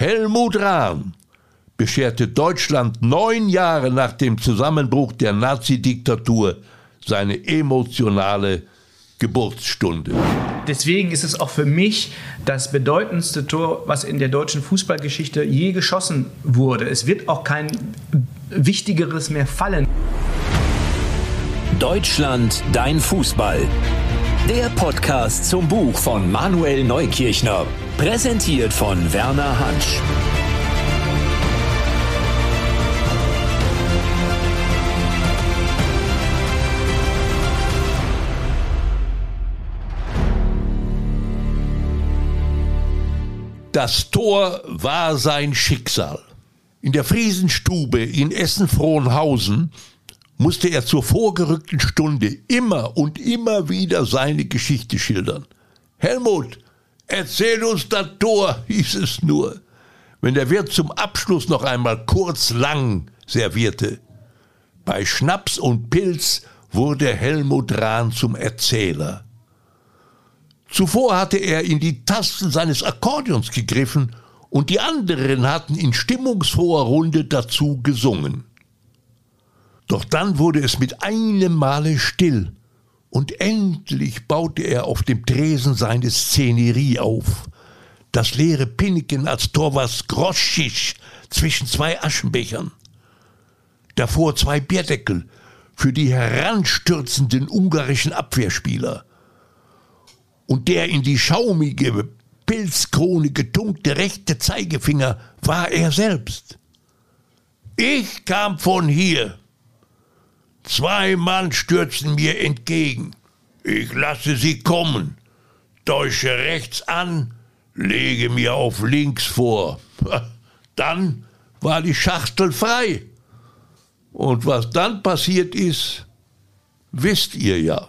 Helmut Rahn bescherte Deutschland 9 Jahre nach dem Zusammenbruch der Nazidiktatur seine emotionale Geburtsstunde. Deswegen ist es auch für mich das bedeutendste Tor, was in der deutschen Fußballgeschichte je geschossen wurde. Es wird auch kein wichtigeres mehr fallen. Deutschland, dein Fußball. Der Podcast zum Buch von Manuel Neukirchner. Präsentiert von Werner Hansch. Das Tor war sein Schicksal. In der Friesenstube in Essen-Frohnhausen musste er zur vorgerückten Stunde immer und immer wieder seine Geschichte schildern. Helmut, erzähl uns das Tor, hieß es nur, wenn der Wirt zum Abschluss noch einmal kurz lang servierte. Bei Schnaps und Pilz wurde Helmut Rahn zum Erzähler. Zuvor hatte er in die Tasten seines Akkordeons gegriffen und die anderen hatten in stimmungshoher Runde dazu gesungen. Doch dann wurde es mit einem Male still und endlich baute er auf dem Tresen seine Szenerie auf. Das leere Pinneken als Tor war skroschig zwischen 2 Aschenbechern. Davor 2 Bierdeckel für die heranstürzenden ungarischen Abwehrspieler. Und der in die schaumige Pilzkrone getunkte rechte Zeigefinger war er selbst. Ich kam von hier. 2 Mann stürzten mir entgegen. Ich lasse sie kommen, täusche rechts an, lege mir auf links vor. Dann war die Schachtel frei. Und was dann passiert ist, wisst ihr ja.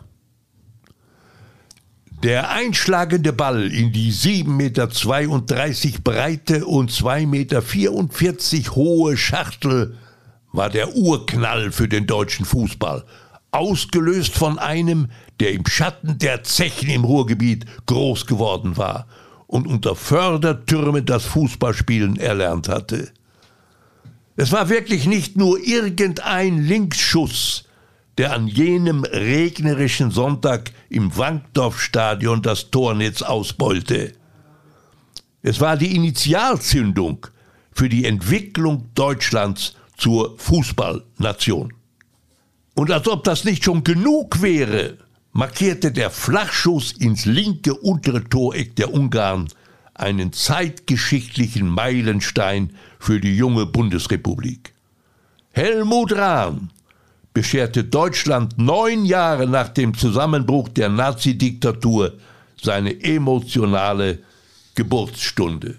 Der einschlagende Ball in die 7,32 Meter breite und 2,44 Meter hohe Schachtel war der Urknall für den deutschen Fußball, ausgelöst von einem, der im Schatten der Zechen im Ruhrgebiet groß geworden war und unter Fördertürmen das Fußballspielen erlernt hatte. Es war wirklich nicht nur irgendein Linksschuss, der an jenem regnerischen Sonntag im Wankdorfstadion das Tornetz ausbeulte. Es war die Initialzündung für die Entwicklung Deutschlands zur Fußballnation. Und als ob das nicht schon genug wäre, markierte der Flachschuss ins linke untere Toreck der Ungarn einen zeitgeschichtlichen Meilenstein für die junge Bundesrepublik. Helmut Rahn bescherte Deutschland 9 Jahre nach dem Zusammenbruch der Nazidiktatur seine emotionale Geburtsstunde.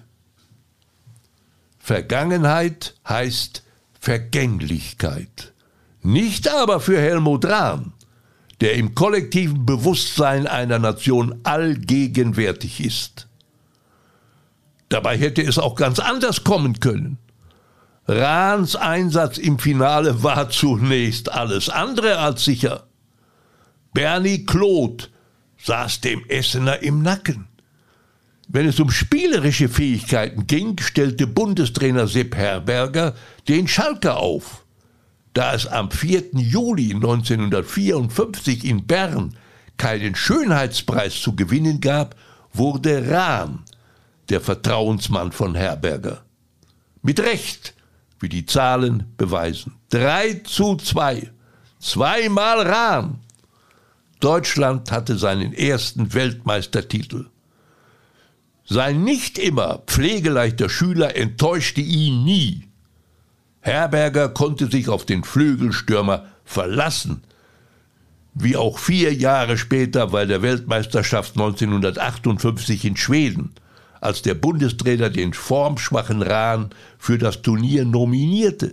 Vergangenheit heißt Vergänglichkeit. Nicht aber für Helmut Rahn, der im kollektiven Bewusstsein einer Nation allgegenwärtig ist. Dabei hätte es auch ganz anders kommen können. Rahns Einsatz im Finale war zunächst alles andere als sicher. Bernie Kloth saß dem Essener im Nacken. Wenn es um spielerische Fähigkeiten ging, stellte Bundestrainer Sepp Herberger den Schalker auf. Da es am 4. Juli 1954 in Bern keinen Schönheitspreis zu gewinnen gab, wurde Rahn der Vertrauensmann von Herberger. Mit Recht, wie die Zahlen beweisen. 3:2. 2-mal Rahn. Deutschland hatte seinen ersten Weltmeistertitel. Sein nicht immer pflegeleichter Schüler enttäuschte ihn nie. Herberger konnte sich auf den Flügelstürmer verlassen, wie auch 4 Jahre später bei der Weltmeisterschaft 1958 in Schweden, als der Bundestrainer den formschwachen Rahn für das Turnier nominierte.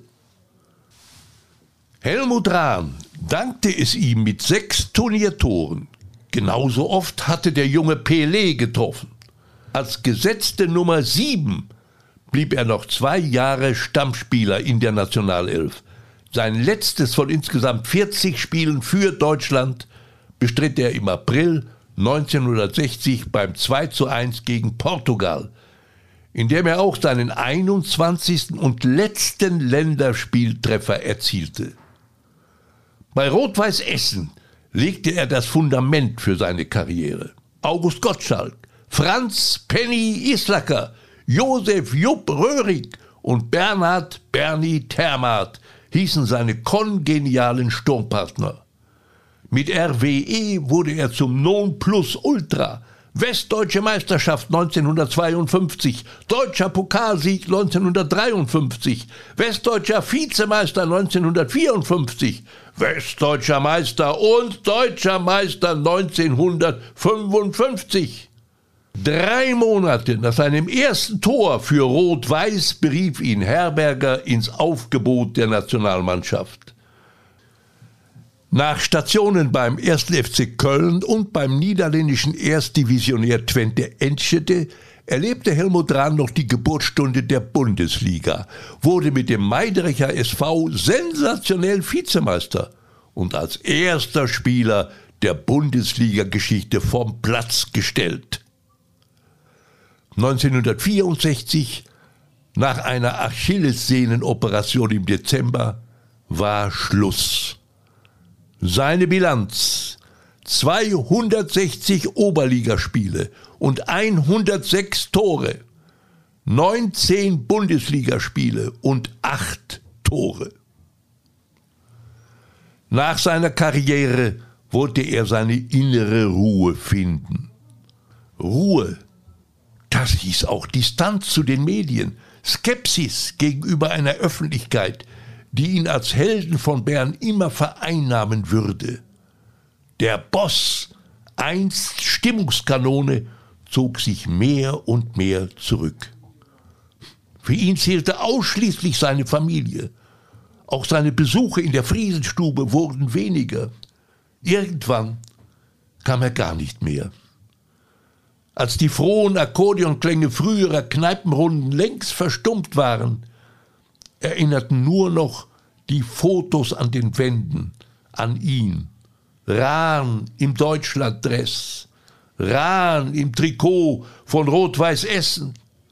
Helmut Rahn dankte es ihm mit 6 Turniertoren. Genauso oft hatte der junge Pelé getroffen. Als gesetzte Nummer 7 blieb er noch 2 Jahre Stammspieler in der Nationalelf. Sein letztes von insgesamt 40 Spielen für Deutschland bestritt er im April 1960 beim 2:1 gegen Portugal. in dem er auch seinen 21. und letzten Länderspieltreffer erzielte. Bei Rot-Weiß Essen legte er das Fundament für seine Karriere. August Gottschalk, Franz Penny Islacker, Josef Jupp Röhrig und Bernhard Bernie Termath hießen seine kongenialen Sturmpartner. Mit RWE wurde er zum Nonplusultra. Westdeutsche Meisterschaft 1952, Deutscher Pokalsieg 1953, Westdeutscher Vizemeister 1954, Westdeutscher Meister und Deutscher Meister 1955. 3 Monate nach seinem ersten Tor für Rot-Weiß berief ihn Herberger ins Aufgebot der Nationalmannschaft. Nach Stationen beim 1. FC Köln und beim niederländischen Erstdivisionär Twente Enschede erlebte Helmut Rahn noch die Geburtsstunde der Bundesliga, wurde mit dem Meidrecher SV sensationell Vizemeister und als erster Spieler der Bundesliga-Geschichte vom Platz gestellt. 1964, nach einer Achillessehnenoperation im Dezember, war Schluss. Seine Bilanz: 260 Oberligaspiele und 106 Tore, 19 Bundesligaspiele und 8 Tore. Nach seiner Karriere wollte er seine innere Ruhe finden. Ruhe, das hieß auch Distanz zu den Medien, Skepsis gegenüber einer Öffentlichkeit, die ihn als Helden von Bern immer vereinnahmen würde. Der Boss, einst Stimmungskanone, zog sich mehr und mehr zurück. Für ihn zählte ausschließlich seine Familie. Auch seine Besuche in der Friesenstube wurden weniger. Irgendwann kam er gar nicht mehr. Als die frohen Akkordeonklänge früherer Kneipenrunden längst verstummt waren, erinnerten nur noch die Fotos an den Wänden an ihn. Rahn im Deutschlanddress, Rahn im Trikot von Rot-Weiß Essen.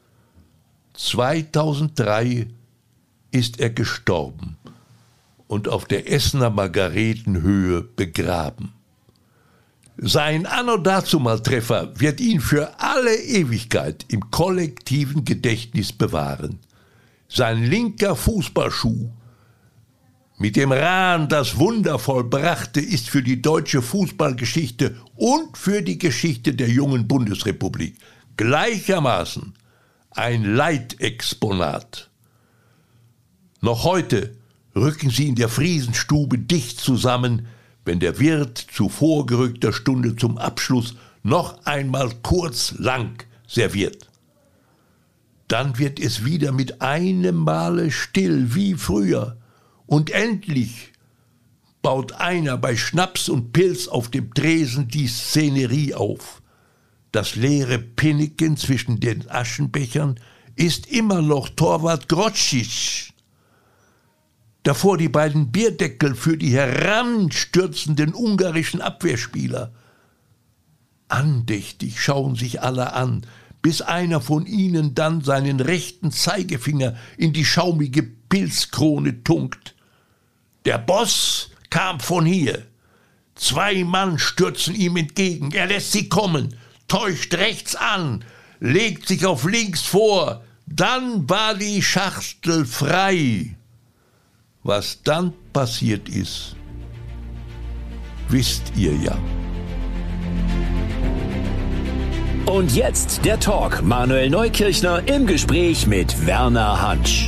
2003 ist er gestorben und auf der Essener Margaretenhöhe begraben. Sein Anno-dazumal-Treffer wird ihn für alle Ewigkeit im kollektiven Gedächtnis bewahren. Sein linker Fußballschuh, mit dem Rahn das Wunder vollbrachte, ist für die deutsche Fußballgeschichte und für die Geschichte der jungen Bundesrepublik gleichermaßen ein Leitexponat. Noch heute rücken sie in der Friesenstube dicht zusammen, wenn der Wirt zu vorgerückter Stunde zum Abschluss noch einmal kurz lang serviert. Dann wird es wieder mit einem Male still wie früher und endlich baut einer bei Schnaps und Pilz auf dem Tresen die Szenerie auf. Das leere Pinneken zwischen den Aschenbechern ist immer noch Torwart Grocic. Davor die beiden Bierdeckel für die heranstürzenden ungarischen Abwehrspieler. Andächtig schauen sich alle an, bis einer von ihnen dann seinen rechten Zeigefinger in die schaumige Pilzkrone tunkt. Der Boss kam von hier. 2 Mann stürzen ihm entgegen. Er lässt sie kommen, täuscht rechts an, legt sich auf links vor. Dann war die Schachtel frei. Was dann passiert ist, wisst ihr ja. Und jetzt der Talk. Manuel Neukirchner im Gespräch mit Werner Hansch.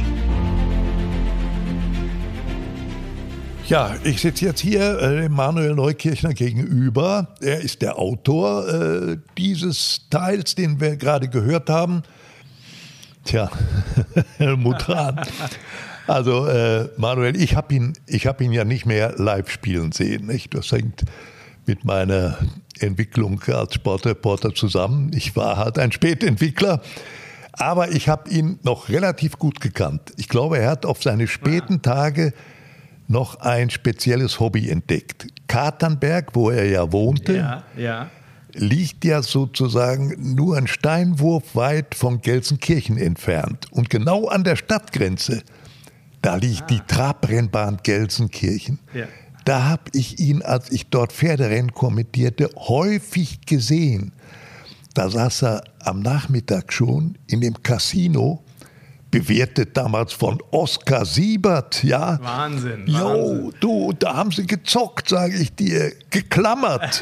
Ja, ich sitze jetzt hier Manuel Neukirchner gegenüber. Er ist der Autor dieses Teils, den wir gerade gehört haben. Tja, Helmut Rahn. Also Manuel, ich hab ihn ja nicht mehr live spielen sehen. Nicht? Das hängt mit meiner Entwicklung als Sportreporter zusammen. Ich war halt ein Spätentwickler, aber ich habe ihn noch relativ gut gekannt. Ich glaube, er hat auf seine späten Tage noch ein spezielles Hobby entdeckt. Katernberg, wo er ja wohnte, liegt ja sozusagen nur ein Steinwurf weit von Gelsenkirchen entfernt. Und genau an der Stadtgrenze, da liegt die Trabrennbahn Gelsenkirchen. Ja. Da habe ich ihn, als ich dort Pferderennen kommentierte, häufig gesehen. Da saß er am Nachmittag schon in dem Casino, bewertet damals von Oskar Siebert, ja. Wahnsinn. Jo, du, da haben sie gezockt, sage ich dir, geklammert.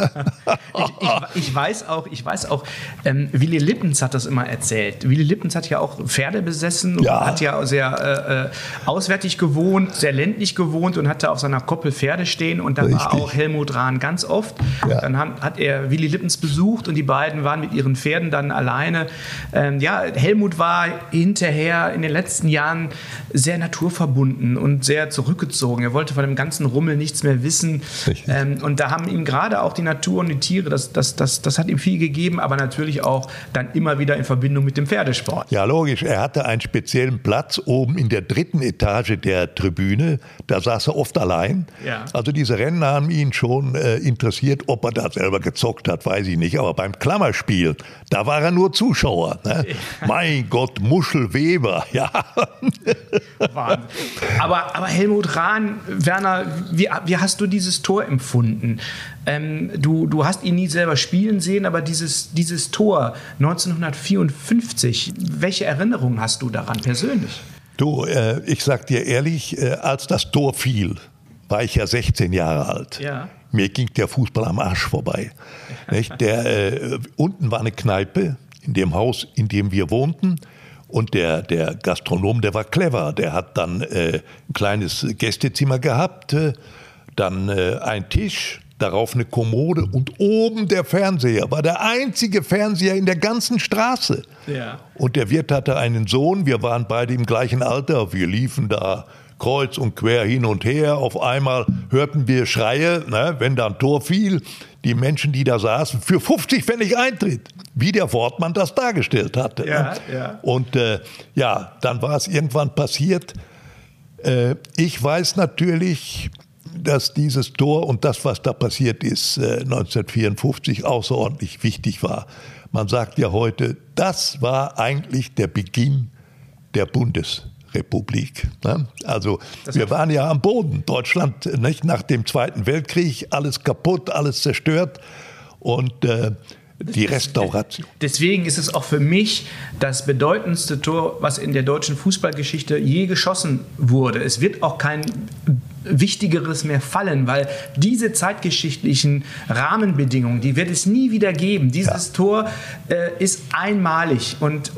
ich weiß auch, Willy Lippens hat das immer erzählt. Willy Lippens hat ja auch Pferde besessen und hat ja sehr auswärtig gewohnt, sehr ländlich gewohnt und hatte auf seiner Koppel Pferde stehen und da war auch Helmut Rahn ganz oft. Ja. Dann hat er Willy Lippens besucht und die beiden waren mit ihren Pferden dann alleine. Helmut war hinterher in den letzten Jahren sehr naturverbunden und sehr zurückgezogen. Er wollte von dem ganzen Rummel nichts mehr wissen. Und da haben ihm gerade auch die Natur und die Tiere, das hat ihm viel gegeben, aber natürlich auch dann immer wieder in Verbindung mit dem Pferdesport. Ja, logisch. Er hatte einen speziellen Platz oben in der 3. Etage der Tribüne. Da saß er oft allein. Ja. Also diese Rennen haben ihn schon interessiert. Ob er da selber gezockt hat, weiß ich nicht. Aber beim Klammerspiel, da war er nur Zuschauer. Ne? Ja. Mein Gott, Muschelweber, ja. Wahnsinn. Aber Helmut Rahn, Werner, wie hast du dieses Tor empfunden? Du hast ihn nie selber spielen sehen, aber dieses Tor 1954, welche Erinnerungen hast du daran persönlich? Du, ich sag dir ehrlich, als das Tor fiel, war ich ja 16 Jahre alt. Ja. Mir ging der Fußball am Arsch vorbei. Nicht? Unten war eine Kneipe in dem Haus, in dem wir wohnten. Und der Gastronom, der war clever. Der hat dann ein kleines Gästezimmer gehabt, dann ein Tisch, darauf eine Kommode und oben der Fernseher. War der einzige Fernseher in der ganzen Straße. Ja. Und der Wirt hatte einen Sohn, wir waren beide im gleichen Alter. Wir liefen da kreuz und quer hin und her. Auf einmal hörten wir Schreie, ne, wenn da ein Tor fiel. Die Menschen, die da saßen, für 50 Pfennig Eintritt. Wie der Wortmann das dargestellt hatte. Ja, ja. Und dann war es irgendwann passiert. Ich weiß natürlich, dass dieses Tor und das, was da passiert ist, 1954 außerordentlich wichtig war. Man sagt ja heute, das war eigentlich der Beginn der Bundesrepublik. Ne? Also wir waren ja am Boden. Deutschland, nicht, nach dem Zweiten Weltkrieg, alles kaputt, alles zerstört. Und die Restauration. Deswegen ist es auch für mich das bedeutendste Tor, was in der deutschen Fußballgeschichte je geschossen wurde. Es wird auch kein Wichtigeres mehr fallen, weil diese zeitgeschichtlichen Rahmenbedingungen, die wird es nie wieder geben. Dieses Tor ist einmalig und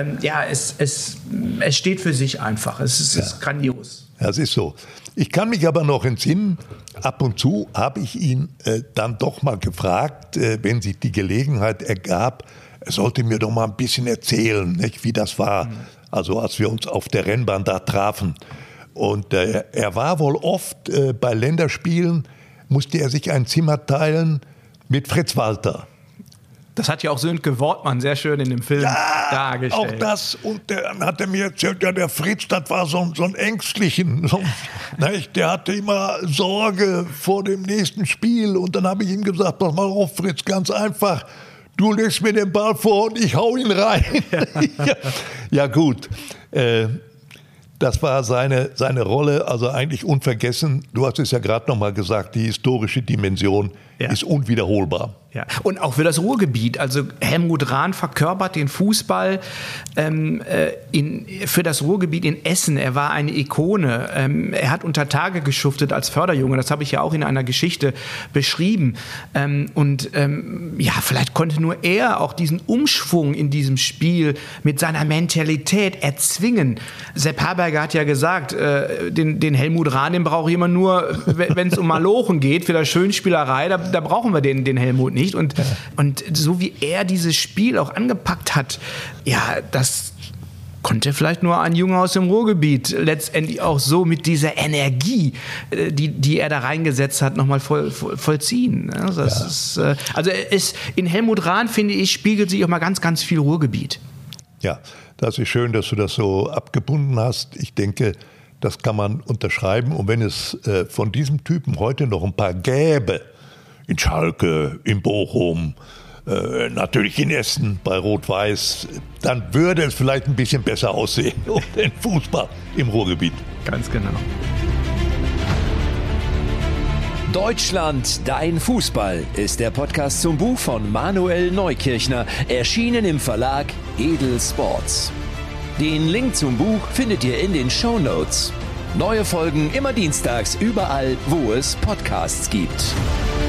es steht für sich einfach. Es ist grandios. Ja, es ist so. Ich kann mich aber noch entsinnen, ab und zu habe ich ihn dann doch mal gefragt, wenn sich die Gelegenheit ergab, er sollte mir doch mal ein bisschen erzählen, nicht, wie das war, also als wir uns auf der Rennbahn da trafen. Und er war wohl oft bei Länderspielen, musste er sich ein Zimmer teilen mit Fritz Walter. Das hat ja auch Sönke Wortmann sehr schön in dem Film dargestellt. Auch das. Und dann hat er mir erzählt, ja, der Fritz, das war so ein Ängstlichen. Der hatte immer Sorge vor dem nächsten Spiel. Und dann habe ich ihm gesagt, pass mal auf, Fritz, ganz einfach. Du legst mir den Ball vor und ich hau ihn rein. Ja, gut. Das war seine Rolle, also eigentlich unvergessen. Du hast es ja gerade noch mal gesagt, die historische Dimension ist unwiederholbar. Ja. Und auch für das Ruhrgebiet. Also Helmut Rahn verkörpert den Fußball für das Ruhrgebiet in Essen. Er war eine Ikone. Er hat unter Tage geschuftet als Förderjunge. Das habe ich ja auch in einer Geschichte beschrieben. Vielleicht konnte nur er auch diesen Umschwung in diesem Spiel mit seiner Mentalität erzwingen. Sepp Herberger hat ja gesagt, den Helmut Rahn, den brauche ich immer nur, wenn es um Malochen geht, für das Schönspielerei, da brauchen wir den Helmut nicht. Und so wie er dieses Spiel auch angepackt hat, das konnte vielleicht nur ein Junge aus dem Ruhrgebiet letztendlich auch so mit dieser Energie, die er da reingesetzt hat, nochmal vollziehen. In Helmut Rahn, finde ich, spiegelt sich auch mal ganz, ganz viel Ruhrgebiet. Ja, das ist schön, dass du das so abgebunden hast. Ich denke, das kann man unterschreiben. Und wenn es von diesem Typen heute noch ein paar gäbe, in Schalke, in Bochum, natürlich in Essen bei Rot-Weiß, dann würde es vielleicht ein bisschen besser aussehen um den Fußball im Ruhrgebiet. Ganz genau. Deutschland, dein Fußball ist der Podcast zum Buch von Manuel Neukirchner, erschienen im Verlag Edel Sports. Den Link zum Buch findet ihr in den Shownotes. Neue Folgen immer dienstags überall, wo es Podcasts gibt.